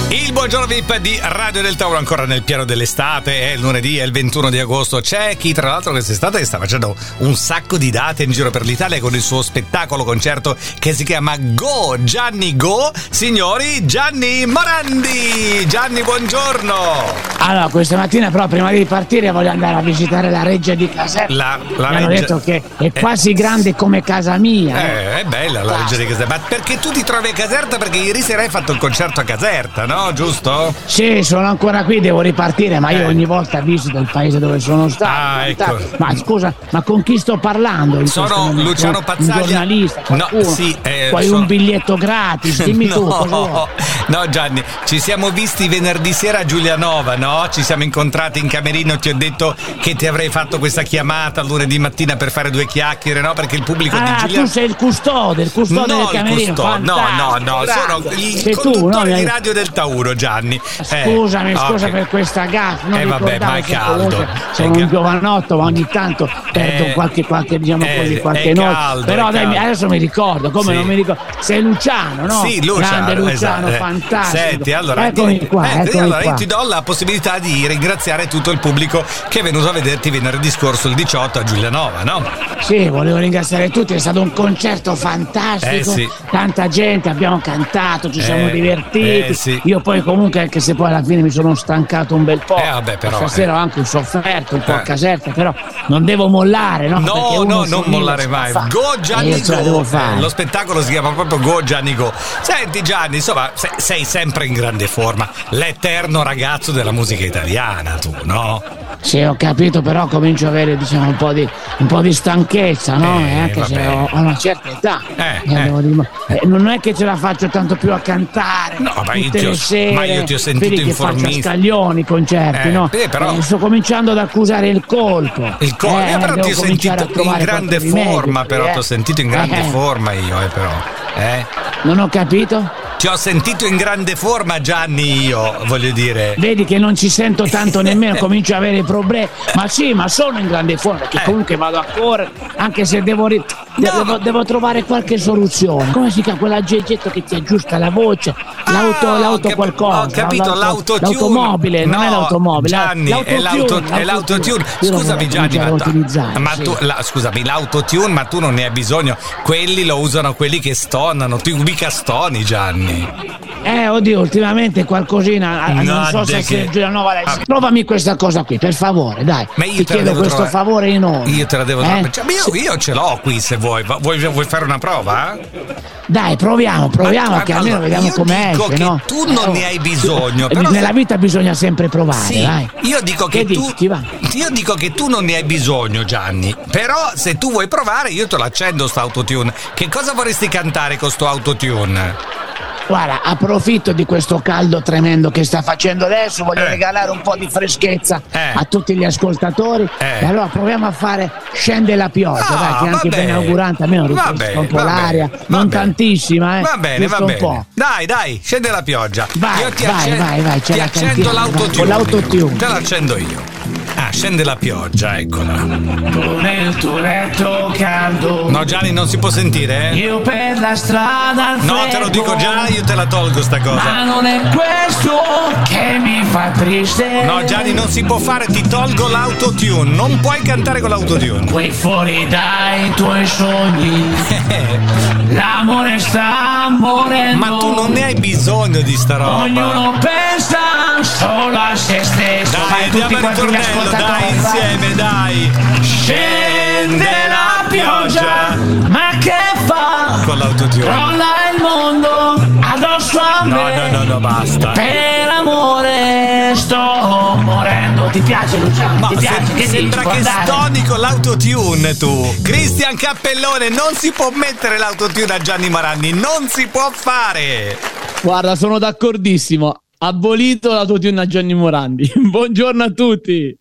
Il buongiorno VIP di Radio del Tauro ancora nel piano dell'estate, è il lunedì, è il 21 di agosto. C'è chi tra l'altro quest'estate sta facendo un sacco di date in giro per l'Italia con il suo spettacolo concerto che si chiama Go, Gianni Go. Signori, Gianni Morandi. Gianni, buongiorno. Allora, questa mattina però prima di partire voglio andare a visitare la Reggia di Caserta. Mi hanno detto che è quasi grande come casa mia. È bella la Reggia di Caserta. Ma perché tu ti trovi a Caserta? Perché ieri sera hai fatto il concerto a Caserta, no? Giusto? Sì, sono ancora qui, devo ripartire, ma io ogni volta visito il paese dove sono stato. Ecco. Ma scusa, ma con chi sto parlando? Sono Luciano Pazzaglia. Un giornalista, qualcuno? No, sì, poi un biglietto gratis, dimmi tu cosa vuoi. No, Gianni, ci siamo visti venerdì sera a Giulianova, no? Ci siamo incontrati in camerino, ti ho detto che ti avrei fatto questa chiamata lunedì mattina per fare due chiacchiere, no? Perché il pubblico di Giulianova... tu sei il custode del camerino. No, sono il conduttore di Radio del Tauro, Gianni. Scusami per questa gaffa. Vabbè, ma è caldo. Sono un giovanotto, ma ogni tanto perdo qualche notte. Però dai, adesso mi ricordo, non mi ricordo. Sei Luciano, no? Sì, Luciano. Grande Luciano, esatto. Fantastico. Senti, allora, eccomi qua. Io ti do la possibilità di ringraziare tutto il pubblico che è venuto a vederti venerdì scorso il 18 a Giulianova, no? Sì, volevo ringraziare tutti, è stato un concerto fantastico. Sì. Tanta gente, abbiamo cantato, ci siamo divertiti. Sì. Io poi comunque, anche se poi alla fine mi sono stancato un bel po'. Però, stasera ho anche sofferto un po' a Caserta, però non devo mollare, no? No, non mollare mai. Go Gianni Go. Lo spettacolo si chiama proprio Go Gianni Go. Senti Gianni, insomma, sei sempre in grande forma, l'eterno ragazzo della musica italiana, tu, no? Sì, ho capito, però comincio ad avere, diciamo, un po' di stanchezza, no? Anche se ho una certa età. Non è che ce la faccio tanto più a cantare. No, ma io ti ho sentito informista. Scaglioni i concerti, no? Però sto cominciando ad accusare il colpo. Però ti ho sentito in grande forma, ti ho sentito in grande forma io, però. Non ho capito? Ti ho sentito in grande forma, Gianni, io voglio dire. Vedi che non ci sento tanto nemmeno, comincio ad avere problemi. Ma sì, ma sono in grande forma, perché comunque vado a correre, anche se devo trovare qualche soluzione. Come si chiama quella geggetto che ti aggiusta la voce? L'auto qualcosa. Ho capito, l'autotune. L'automobile, non è l'automobile. Gianni, è l'autotune. Scusami Gianni, scusami, l'autotune, ma tu non ne hai bisogno. Quelli lo usano quelli che stonano, tu mica stoni, Gianni. Oddio, ultimamente qualcosina, non so se Giulianova provami questa cosa qui, per favore, dai. Ma io ti chiedo questo favore enorme. Io te la devo trovare. Io ce l'ho qui, se vuoi. Vuoi fare una prova? Dai, proviamo che almeno vediamo come esce, che no? Tu non ne hai bisogno, però nella vita bisogna sempre provare, sì, dai. Io dico che tu non ne hai bisogno, Gianni. Però se tu vuoi provare, io te l'accendo sto autotune. Che cosa vorresti cantare con sto autotune? Guarda, approfitto di questo caldo tremendo che sta facendo adesso, voglio regalare un po' di freschezza a tutti gli ascoltatori e allora proviamo a fare Scende la pioggia, dai, che è anche ben augurante, almeno rinfresca un po' l'aria, non tantissima, Va bene. un po'. Dai, scende la pioggia. Vai, io ti accendo l'autotune. Con l'autotune. Te l'accendo io. Scende la pioggia, eccola. Tu nel tuo letto caldo. No, Gianni, non si può sentire, Io per la strada al No, te lo dico già, io te la tolgo sta cosa. Ma non è questo che mi fa triste. No, Gianni, non si può fare, ti tolgo l'autotune. Non puoi cantare con l'autotune. Qui fuori dai tuoi sogni. L'amore sta morendo. Ma tu non ne hai bisogno di sta roba. Ognuno pensa solo a se stesso. Dai, andiamo al ritornello, dai, insieme, dai. Scende la pioggia, ma che fa? Con l'autotune. Crolla il mondo addosso a me. No, basta. Per amore sto morendo. Ti piace, Luciano? Ma ti piace? Che sembra dici? che stoni con l'autotune tu. Cristian Cappellone, non si può mettere l'autotune a Gianni Morandi, non si può fare. Guarda, sono d'accordissimo. Abolito l'autotune a Gianni Morandi. Buongiorno a tutti.